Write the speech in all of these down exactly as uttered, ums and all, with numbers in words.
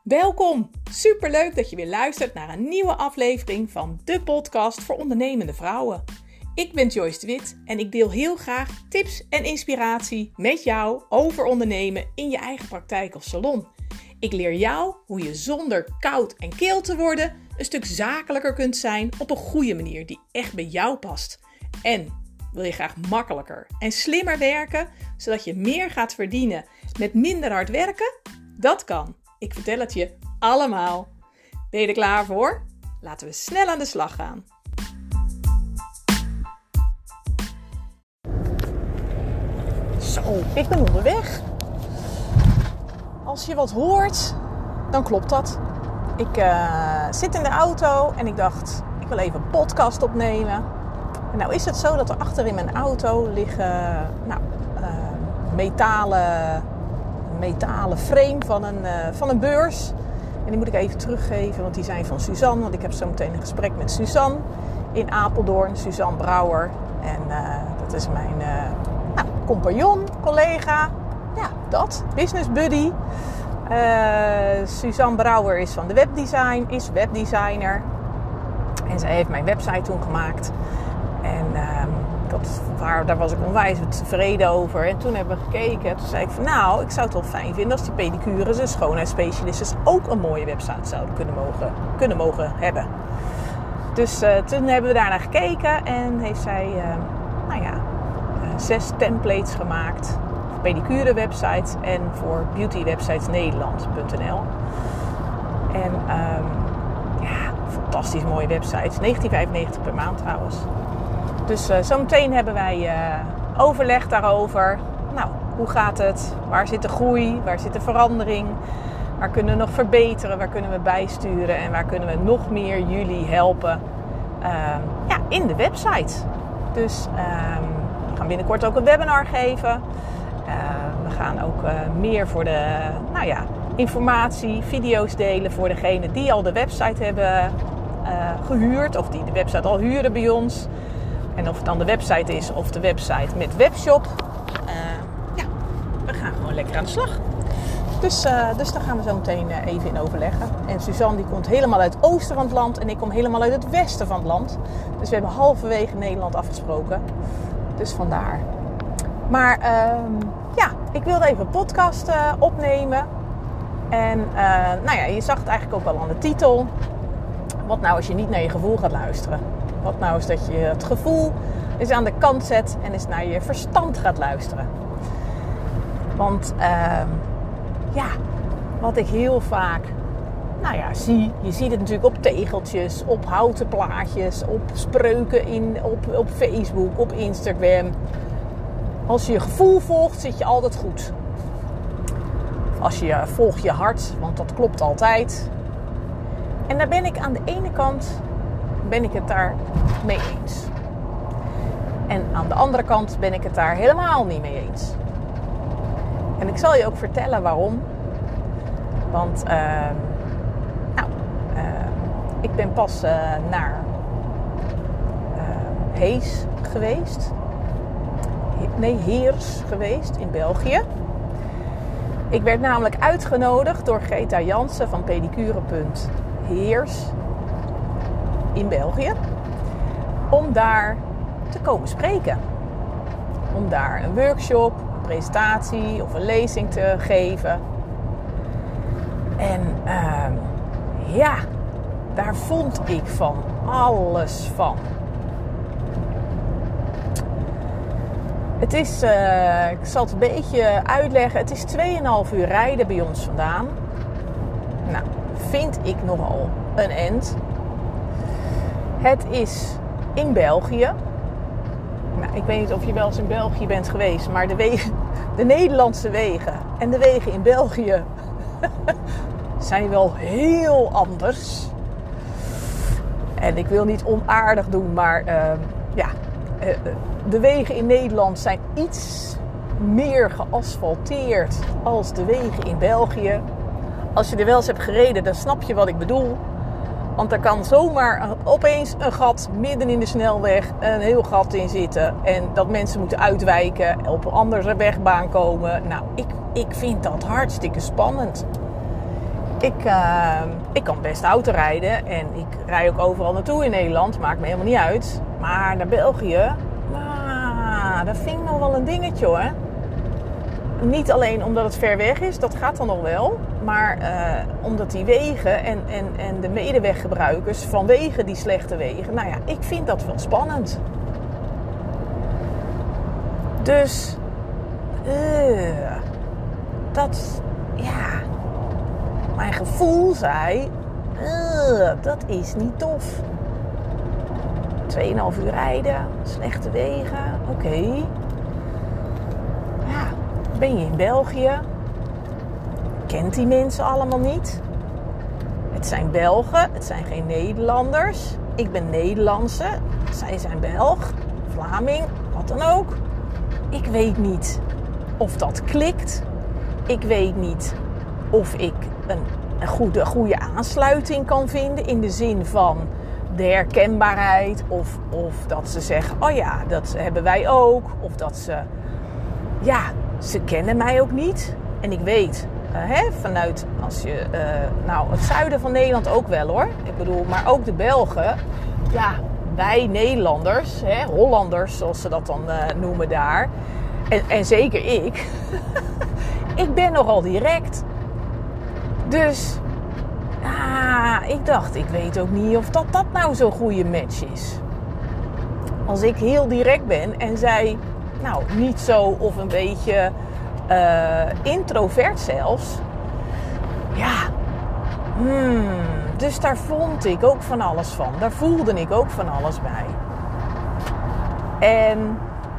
Welkom! Superleuk dat je weer luistert naar een nieuwe aflevering van de podcast voor ondernemende vrouwen. Ik ben Joyce de Wit en ik deel heel graag tips en inspiratie met jou over ondernemen in je eigen praktijk of salon. Ik leer jou hoe je zonder koud en keel te worden een stuk zakelijker kunt zijn op een goede manier die echt bij jou past. En wil je graag makkelijker en slimmer werken, zodat je meer gaat verdienen met minder hard werken? Dat kan. Ik vertel het je allemaal. Ben je er klaar voor? Laten we snel aan de slag gaan. Zo, ik ben onderweg. Als je wat hoort, dan klopt dat. Ik uh, zit in de auto en ik dacht, ik wil even een podcast opnemen. En nou is het zo dat er achter in mijn auto liggen nou, uh, metalen... metalen frame van een, uh, van een beurs. En die moet ik even teruggeven, want die zijn van Suzanne. Want ik heb zo meteen een gesprek met Suzanne in Apeldoorn. Suzanne Brouwer. En uh, dat is mijn uh, nou, compagnon, collega. Ja, dat. Business buddy. Uh, Suzanne Brouwer is van de webdesign, is webdesigner. En zij heeft mijn website toen gemaakt. En uh, dat, waar, daar was ik onwijs tevreden over. En toen hebben we gekeken. Toen zei ik van nou, ik zou het wel fijn vinden als die pedicures en schoonheidsspecialisten ook een mooie website zouden kunnen mogen, kunnen mogen hebben. Dus uh, toen hebben we daarnaar gekeken. En heeft zij uh, nou ja, uh, zes templates gemaakt. Voor pedicure websites en voor beautywebsites nederland punt n l. En um, ja, fantastisch mooie websites. negentien vijfennegentig per maand trouwens. Dus uh, zometeen hebben wij uh, overleg daarover. Nou, hoe gaat het? Waar zit de groei? Waar zit de verandering? Waar kunnen we nog verbeteren? Waar kunnen we bijsturen? En waar kunnen we nog meer jullie helpen uh, ja, in de website? Dus uh, we gaan binnenkort ook een webinar geven. Uh, we gaan ook uh, meer voor de nou ja, informatie, video's delen voor degenen die al de website hebben uh, gehuurd. Of die de website al huren bij ons. En of het dan de website is of de website met webshop. Uh, ja, we gaan gewoon lekker aan de slag. Dus, uh, dus daar gaan we zo meteen uh, even in overleggen. En Suzanne die komt helemaal uit het oosten van het land. En ik kom helemaal uit het westen van het land. Dus we hebben halverwege Nederland afgesproken. Dus vandaar. Maar uh, ja, ik wilde even een podcast uh, opnemen. En uh, nou ja, je zag het eigenlijk ook wel aan de titel. Wat nou als je niet naar je gevoel gaat luisteren? Wat nou is dat je het gevoel eens aan de kant zet en eens naar je verstand gaat luisteren. Want uh, ja, wat ik heel vaak nou ja, zie. Je ziet het natuurlijk op tegeltjes, op houten plaatjes, op spreuken in, op, op Facebook, op Instagram. Als je je gevoel volgt, zit je altijd goed. Als je volgt je hart, want dat klopt altijd. En daar ben ik aan de ene kant... ben ik het daar mee eens. En aan de andere kant ben ik het daar helemaal niet mee eens. En ik zal je ook vertellen waarom. Want uh, nou, uh, ik ben pas uh, naar uh, Hees geweest. Nee, Heers geweest in België. Ik werd namelijk uitgenodigd door Greta Jansen van pedicure punt heers in België, om daar te komen spreken. Om daar een workshop, een presentatie of een lezing te geven. En uh, ja, daar vond ik van alles van. Het is, uh, ik zal het een beetje uitleggen, het is twee en een half uur rijden bij ons vandaan. Nou, vind ik nogal een end. Het is in België. Nou, ik weet niet of je wel eens in België bent geweest, maar de, wegen, de Nederlandse wegen en de wegen in België zijn wel heel anders. En ik wil niet onaardig doen, maar uh, ja, uh, de wegen in Nederland zijn iets meer geasfalteerd als de wegen in België. Als je er wel eens hebt gereden, dan snap je wat ik bedoel. Want er kan zomaar opeens een gat midden in de snelweg, een heel gat in zitten. En dat mensen moeten uitwijken, op een andere wegbaan komen. Nou, ik, ik vind dat hartstikke spannend. Ik, uh, ik kan best auto rijden en ik rij ook overal naartoe in Nederland. Maakt me helemaal niet uit. Maar naar België, ah, dat vind ik nog wel een dingetje hoor. Niet alleen omdat het ver weg is, dat gaat dan nog wel. Maar uh, omdat die wegen en, en, en de medeweggebruikers vanwege die slechte wegen. Nou ja, ik vind dat wel spannend. Dus, uh, dat, ja, mijn gevoel zei, uh, dat is niet tof. tweeënhalf uur rijden, slechte wegen, oké. Okay. Ja, ben je in België? Kent die mensen allemaal niet? Het zijn Belgen, het zijn geen Nederlanders. Ik ben Nederlandse, zij zijn Belg, Vlaming, wat dan ook. Ik weet niet of dat klikt. Ik weet niet of ik een, een goede, goede aansluiting kan vinden in de zin van de herkenbaarheid. Of, of dat ze zeggen, oh ja, dat hebben wij ook. Of dat ze, ja, ze kennen mij ook niet. En ik weet, uh, hè, vanuit als je, uh, nou het zuiden van Nederland ook wel hoor. Ik bedoel, maar ook de Belgen, ja, wij Nederlanders, hè, Hollanders zoals ze dat dan uh, noemen daar. En, en zeker ik. Ik ben nogal direct. Dus ah, ik dacht, ik weet ook niet of dat, dat nou zo'n goede match is. Als ik heel direct ben en zij nou niet zo of een beetje uh, introvert zelfs. Ja. Hmm, dus daar vond ik ook van alles van. Daar voelde ik ook van alles bij. En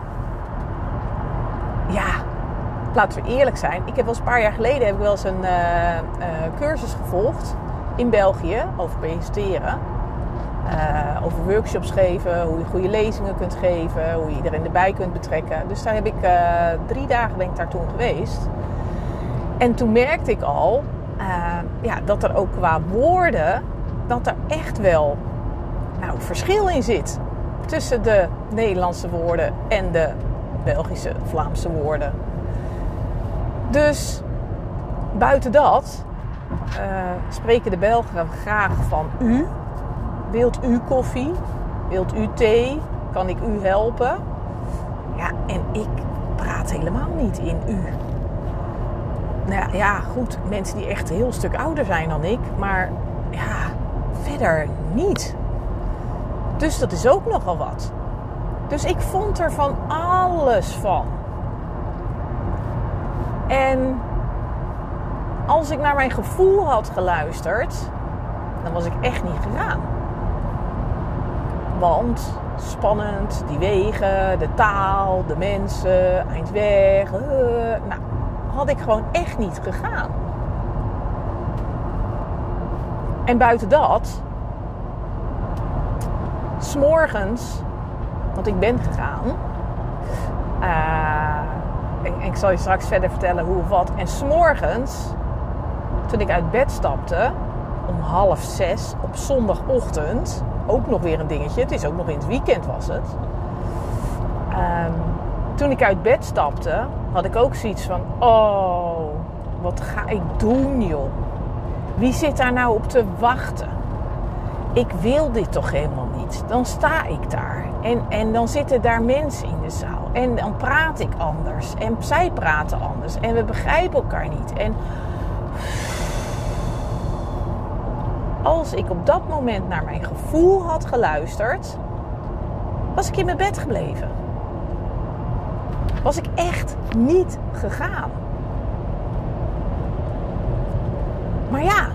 ja, laten we eerlijk zijn. Ik heb wel eens een paar jaar geleden heb ik wel eens een uh, uh, cursus gevolgd in België over presenteren. Uh, over workshops geven, hoe je goede lezingen kunt geven, hoe je iedereen erbij kunt betrekken. Dus daar heb ik uh, drie dagen ben ik daar toen geweest. En toen merkte ik al uh, ja, dat er ook qua woorden, dat er echt wel nou, verschil in zit. Tussen de Nederlandse woorden en de Belgische, Vlaamse woorden. Dus buiten dat uh, spreken de Belgen graag van u. Wilt u koffie? Wilt u thee? Kan ik u helpen? Ja, en ik praat helemaal niet in u. Nou ja, goed, mensen die echt een heel stuk ouder zijn dan ik. Maar ja, verder niet. Dus dat is ook nogal wat. Dus ik vond er van alles van. En als ik naar mijn gevoel had geluisterd, dan was ik echt niet gegaan. Want spannend, die wegen, de taal, de mensen, eindweg. Uh, nou, had ik gewoon echt niet gegaan. En buiten dat, 's morgens, want ik ben gegaan. Uh, en, en ik zal je straks verder vertellen hoe of wat. En 's morgens, toen ik uit bed stapte, om half zes op zondagochtend, ook nog weer een dingetje. Het is ook nog in het weekend was het. Um, toen ik uit bed stapte, had ik ook zoiets van, oh, wat ga ik doen joh? Wie zit daar nou op te wachten? Ik wil dit toch helemaal niet. Dan sta ik daar. En, en dan zitten daar mensen in de zaal. En dan praat ik anders. En zij praten anders. En we begrijpen elkaar niet. En als ik op dat moment naar mijn gevoel had geluisterd, was ik in mijn bed gebleven. Was ik echt niet gegaan. Maar ja,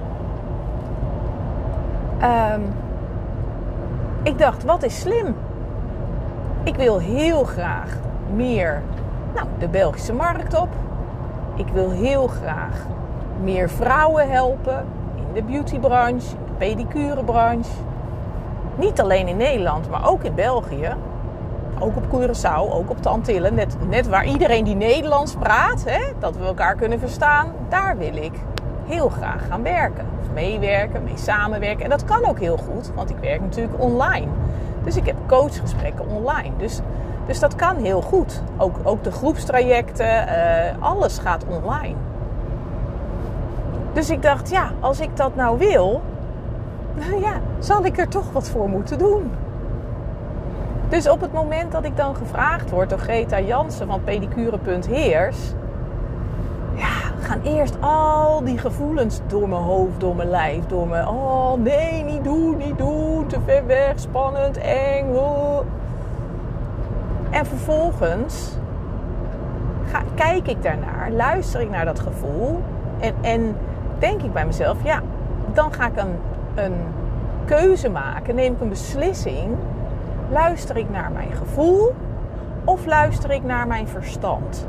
um, ik dacht, wat is slim? Ik wil heel graag meer nou, de Belgische markt op. Ik wil heel graag meer vrouwen helpen in de beautybranche, in de pedicurebranche. Niet alleen in Nederland, maar ook in België. Ook op Curaçao, ook op de Antillen. Net, net waar iedereen die Nederlands praat, hè, dat we elkaar kunnen verstaan. Daar wil ik heel graag gaan werken. Of meewerken, mee samenwerken. En dat kan ook heel goed, want ik werk natuurlijk online. Dus ik heb coachgesprekken online. Dus, dus dat kan heel goed. Ook, ook de groepstrajecten, uh, alles gaat online. Dus ik dacht, ja, als ik dat nou wil, nou ja, zal ik er toch wat voor moeten doen. Dus op het moment dat ik dan gevraagd word door Greta Jansen van pedicure punt heers, ja, gaan eerst al die gevoelens door mijn hoofd, door mijn lijf, door mijn, oh nee, niet doen, niet doen, te ver weg, spannend, eng. Oh. En vervolgens ga, kijk ik daarnaar, luister ik naar dat gevoel en, en denk ik bij mezelf, ja, dan ga ik een, een keuze maken, neem ik een beslissing. Luister ik naar mijn gevoel of luister ik naar mijn verstand?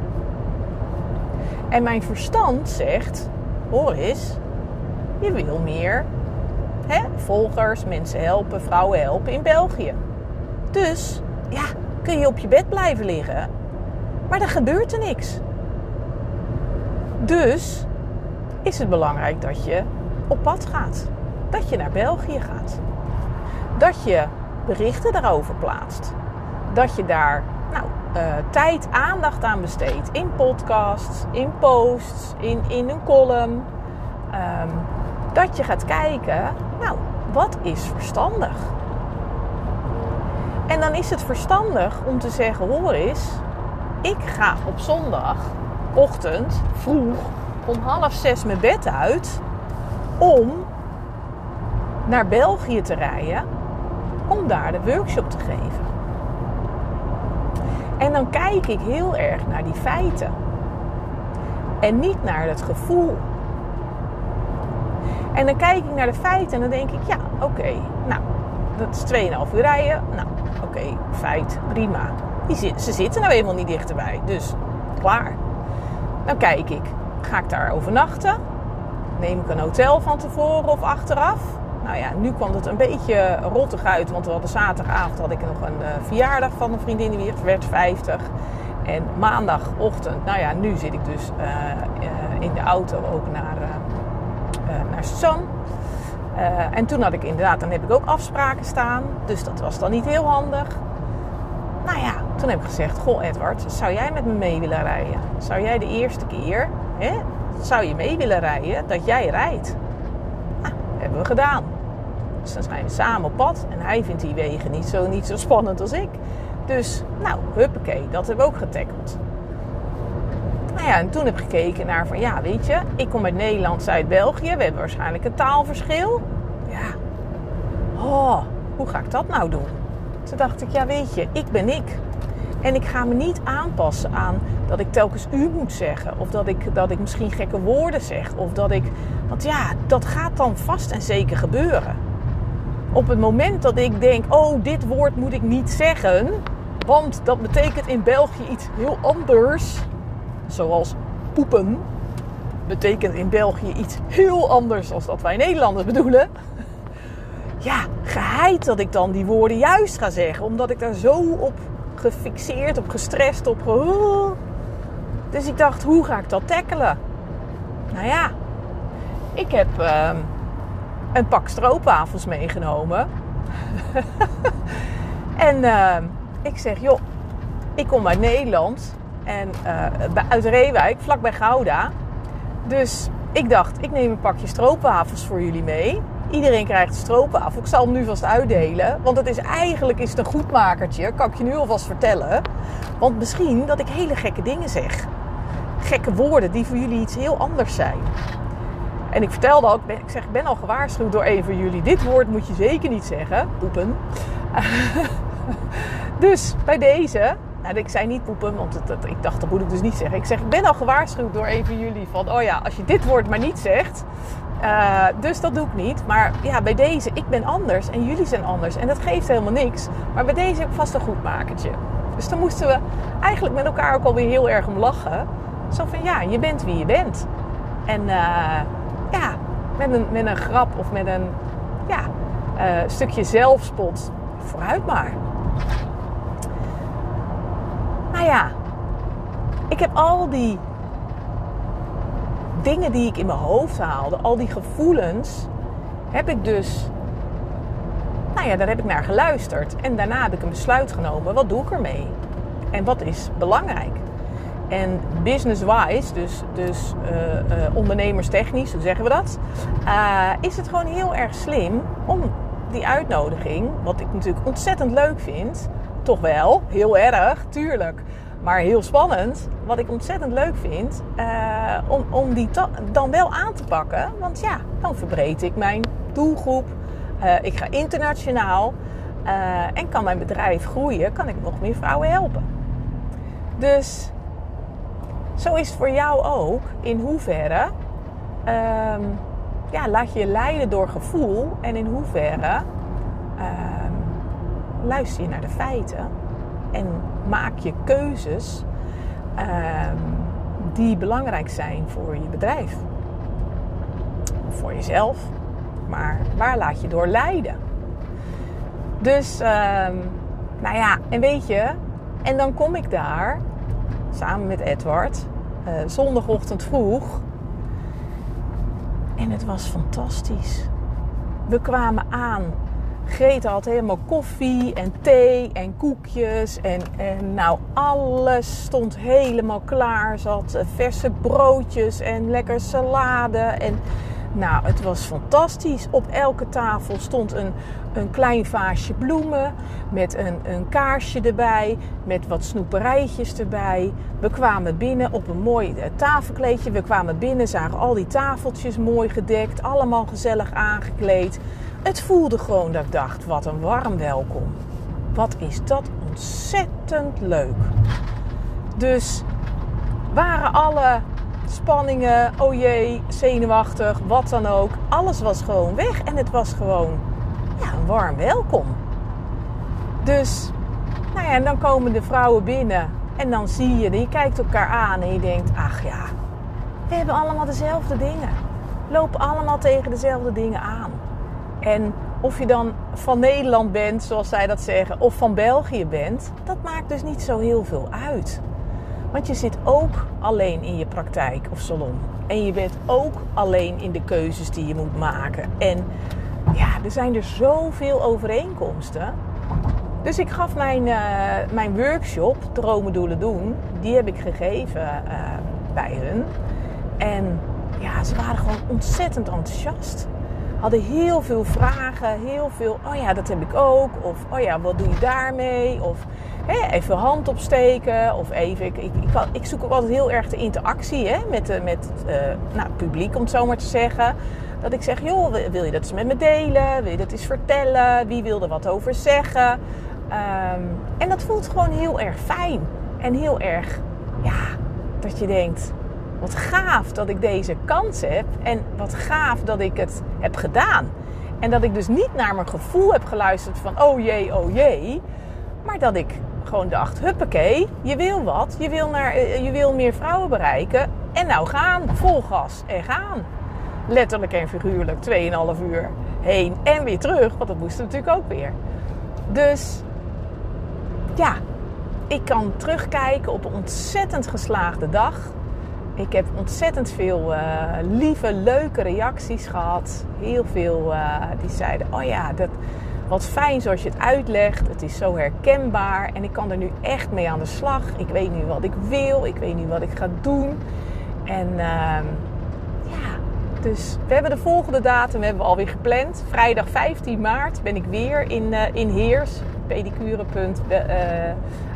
En mijn verstand zegt, hoor eens, je wil meer hè, volgers, mensen helpen, vrouwen helpen in België. Dus, ja, kun je op je bed blijven liggen, maar dan gebeurt er niks. Dus is het belangrijk dat je op pad gaat. Dat je naar België gaat. Dat je berichten daarover plaatst. Dat je daar nou, uh, tijd, aandacht aan besteedt. In podcasts, in posts, in, in een column. Um, dat je gaat kijken, nou, wat is verstandig? En dan is het verstandig om te zeggen, hoor eens, ik ga op zondagochtend vroeg om half zes mijn bed uit om naar België te rijden om daar de workshop te geven. En dan kijk ik heel erg naar die feiten. En niet naar het gevoel. En dan kijk ik naar de feiten en dan denk ik, ja, oké, okay, nou, dat is tweeënhalf uur rijden. Nou, oké, okay, feit, prima. Die zit, ze zitten nou eenmaal niet dichterbij, dus klaar. Dan kijk ik, ga ik daar overnachten? Neem ik een hotel van tevoren of achteraf? Nou ja, nu kwam het een beetje rottig uit, want we hadden zaterdagavond had ik nog een uh, verjaardag van een vriendin die werd vijftig. En maandagochtend, nou ja, nu zit ik dus uh, uh, in de auto ook naar, uh, uh, naar Suzanne. Uh, en toen had ik inderdaad, dan heb ik ook afspraken staan. Dus dat was dan niet heel handig. Nou ja, toen heb ik gezegd, goh Edward, zou jij met me mee willen rijden? Zou jij de eerste keer, hè, zou je mee willen rijden dat jij rijdt? Nou, dat hebben we gedaan. Dus dan zijn we samen op pad. En hij vindt die wegen niet zo, niet zo spannend als ik. Dus, nou, huppakee, dat hebben we ook getackeld. Nou ja, en toen heb ik gekeken naar van, ja, weet je, ik kom uit Nederland, zij uit België. We hebben waarschijnlijk een taalverschil. Ja, oh, hoe ga ik dat nou doen? Toen dacht ik, ja, weet je, ik ben ik. En ik ga me niet aanpassen aan dat ik telkens u moet zeggen. Of dat ik, dat ik misschien gekke woorden zeg. Of dat ik, want ja, dat gaat dan vast en zeker gebeuren. Op het moment dat ik denk, oh, dit woord moet ik niet zeggen. Want dat betekent in België iets heel anders. Zoals poepen. Betekent in België iets heel anders dan dat wij Nederlanders bedoelen. Ja, geheid dat ik dan die woorden juist ga zeggen. Omdat ik daar zo op gefixeerd, op gestrest, op... Oh. Dus ik dacht, hoe ga ik dat tackelen? Nou ja, ik heb uh, een pak stroopwafels meegenomen. en uh, ik zeg, joh, ik kom uit Nederland. En uh, uit Reewijk, vlakbij Gouda. Dus ik dacht, ik neem een pakje stroopwafels voor jullie mee. Iedereen krijgt een stroopwafel. Ik zal hem nu vast uitdelen. Want het is eigenlijk is het een goedmakertje. Kan ik je nu alvast vertellen. Want misschien dat ik hele gekke dingen zeg. Gekke woorden die voor jullie iets heel anders zijn. En ik vertelde ook, ik zeg, ik ben al gewaarschuwd door een van jullie. Dit woord moet je zeker niet zeggen. Poepen. Dus bij deze... Nou, ik zei niet poepen, want het, het, ik dacht, dat moet ik dus niet zeggen. Ik zeg, ik ben al gewaarschuwd door een van jullie van... oh ja, als je dit woord maar niet zegt... Uh, dus dat doe ik niet. Maar ja, bij deze, ik ben anders en jullie zijn anders. En dat geeft helemaal niks. Maar bij deze heb ik vast een goedmakertje. Dus dan moesten we eigenlijk met elkaar ook alweer heel erg om lachen. Zo van, ja, je bent wie je bent. En uh, ja, met een, met een grap of met een ja, uh, stukje zelfspot. Vooruit maar. Nou ja, ik heb al die dingen die ik in mijn hoofd haalde, al die gevoelens, heb ik dus, nou ja, daar heb ik naar geluisterd. En daarna heb ik een besluit genomen, wat doe ik ermee? En wat is belangrijk? En business-wise, dus, dus uh, uh, ondernemerstechnisch, hoe zeggen we dat? Uh, is het gewoon heel erg slim om die uitnodiging, wat ik natuurlijk ontzettend leuk vind, toch wel, heel erg, tuurlijk, maar heel spannend, wat ik ontzettend leuk vind, uh, om, om die ta- dan wel aan te pakken. Want ja, dan verbreed ik mijn doelgroep, uh, ik ga internationaal uh, en kan mijn bedrijf groeien, kan ik nog meer vrouwen helpen. Dus zo is het voor jou ook. In hoeverre um, ja, laat je je leiden door gevoel en in hoeverre um, luister je naar de feiten en maak je keuzes um, die belangrijk zijn voor je bedrijf. Voor jezelf. Maar waar laat je door leiden? Dus, um, nou ja, en weet je, en dan kom ik daar samen met Edward, uh, zondagochtend vroeg. En het was fantastisch. We kwamen aan. Greta had helemaal koffie en thee en koekjes. En, en nou, alles stond helemaal klaar. Ze had verse broodjes en lekker salade. En nou, het was fantastisch. Op elke tafel stond een, een klein vaasje bloemen. Met een, een kaarsje erbij. Met wat snoeperijtjes erbij. We kwamen binnen op een mooi tafelkleedje. We kwamen binnen, zagen al die tafeltjes mooi gedekt. Allemaal gezellig aangekleed. Het voelde gewoon dat ik dacht, wat een warm welkom. Wat is dat ontzettend leuk. Dus waren alle spanningen, oh jee, zenuwachtig, wat dan ook. Alles was gewoon weg en het was gewoon ja, een warm welkom. Dus, nou ja, en dan komen de vrouwen binnen en dan zie je, je kijkt elkaar aan en je denkt, ach ja, we hebben allemaal dezelfde dingen. Lopen allemaal tegen dezelfde dingen aan. En of je dan van Nederland bent, zoals zij dat zeggen, of van België bent, dat maakt dus niet zo heel veel uit. Want je zit ook alleen in je praktijk of salon. En je bent ook alleen in de keuzes die je moet maken. En ja, er zijn er zoveel overeenkomsten. Dus ik gaf mijn, uh, mijn workshop, Dromen, Doelen, Doen, die heb ik gegeven uh, bij hun. En ja, ze waren gewoon ontzettend enthousiast. Hadden heel veel vragen, heel veel, oh ja, dat heb ik ook. Of, oh ja, wat doe je daarmee? Of hé, even hand opsteken. Of even, ik, ik, ik, ik zoek ook altijd heel erg de interactie hè, met, de, met uh, nou, het publiek, om het zo maar te zeggen. Dat ik zeg, joh, wil je dat eens met me delen? Wil je dat eens vertellen? Wie wil er wat over zeggen? Um, en dat voelt gewoon heel erg fijn. En heel erg, ja, dat je denkt, wat gaaf dat ik deze kans heb. En wat gaaf dat ik het heb gedaan. En dat ik dus niet naar mijn gevoel heb geluisterd van oh jee, oh jee. Maar dat ik gewoon dacht, huppakee, je wil wat. Je wil, naar, je wil meer vrouwen bereiken. En nou gaan, vol gas en gaan. Letterlijk en figuurlijk, tweeënhalf uur heen en weer terug. Want dat moest natuurlijk ook weer. Dus ja, ik kan terugkijken op een ontzettend geslaagde dag. Ik heb ontzettend veel uh, lieve, leuke reacties gehad. Heel veel uh, die zeiden, oh ja, dat, wat fijn zoals je het uitlegt. Het is zo herkenbaar en ik kan er nu echt mee aan de slag. Ik weet nu wat ik wil, ik weet nu wat ik ga doen. En uh, ja, dus we hebben de volgende datum hebben we alweer gepland. Vrijdag vijftien maart ben ik weer in, uh, in Heers. Pedicure. Uh, uh,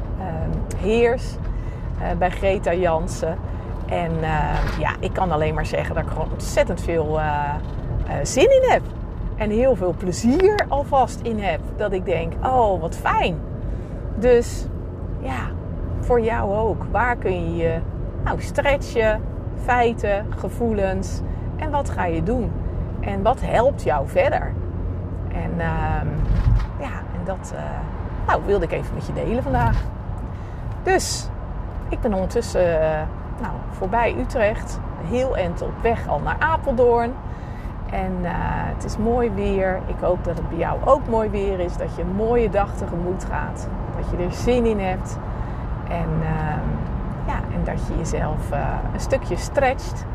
Heers. Uh, bij Greta Jansen. En uh, ja, ik kan alleen maar zeggen dat ik gewoon ontzettend veel uh, uh, zin in heb. En heel veel plezier alvast in heb. Dat ik denk, oh wat fijn. Dus ja, voor jou ook. Waar kun je je nou, stretchen, feiten, gevoelens. En wat ga je doen? En wat helpt jou verder? En uh, ja, en dat uh, nou, wilde ik even met je delen vandaag. Dus ik ben ondertussen uh, nou, voorbij Utrecht. Heel eind op weg al naar Apeldoorn. En uh, het is mooi weer. Ik hoop dat het bij jou ook mooi weer is. Dat je een mooie dag tegemoet gaat. Dat je er zin in hebt. En, uh, ja, en dat je jezelf uh, een stukje stretcht.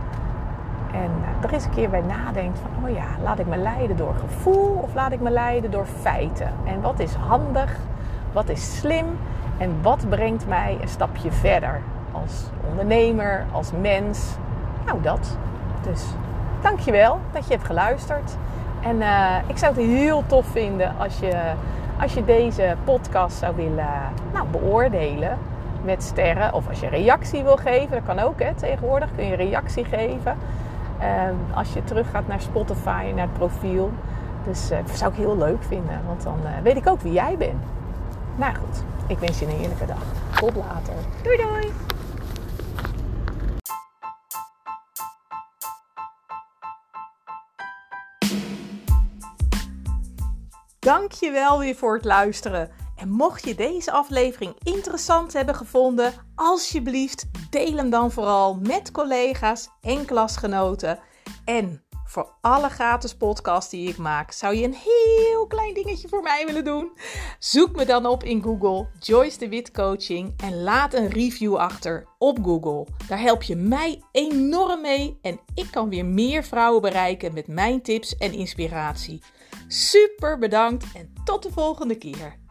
En uh, er eens een keer bij nadenkt van... oh ja, laat ik me leiden door gevoel of laat ik me leiden door feiten? En wat is handig? Wat is slim? En wat brengt mij een stapje verder? als ondernemer, als mens. Nou, dat. Dus dankjewel dat je hebt geluisterd. En uh, ik zou het heel tof vinden als je, als je deze podcast zou willen nou, beoordelen met sterren. Of als je reactie wil geven, dat kan ook hè, tegenwoordig. Kun je reactie geven. Uh, als je terug gaat naar Spotify, naar het profiel. Dus uh, dat zou ik heel leuk vinden. Want dan uh, weet ik ook wie jij bent. Nou goed, ik wens je een heerlijke dag. Tot later. Doei doei! Dankjewel weer voor het luisteren. En mocht je deze aflevering interessant hebben gevonden, alsjeblieft deel hem dan vooral met collega's en klasgenoten. En voor alle gratis podcasts die ik maak, zou je een heel klein dingetje voor mij willen doen? Zoek me dan op in Google, Joyce de Wit Coaching, en laat een review achter op Google. Daar help je mij enorm mee en ik kan weer meer vrouwen bereiken met mijn tips en inspiratie. Super bedankt en tot de volgende keer.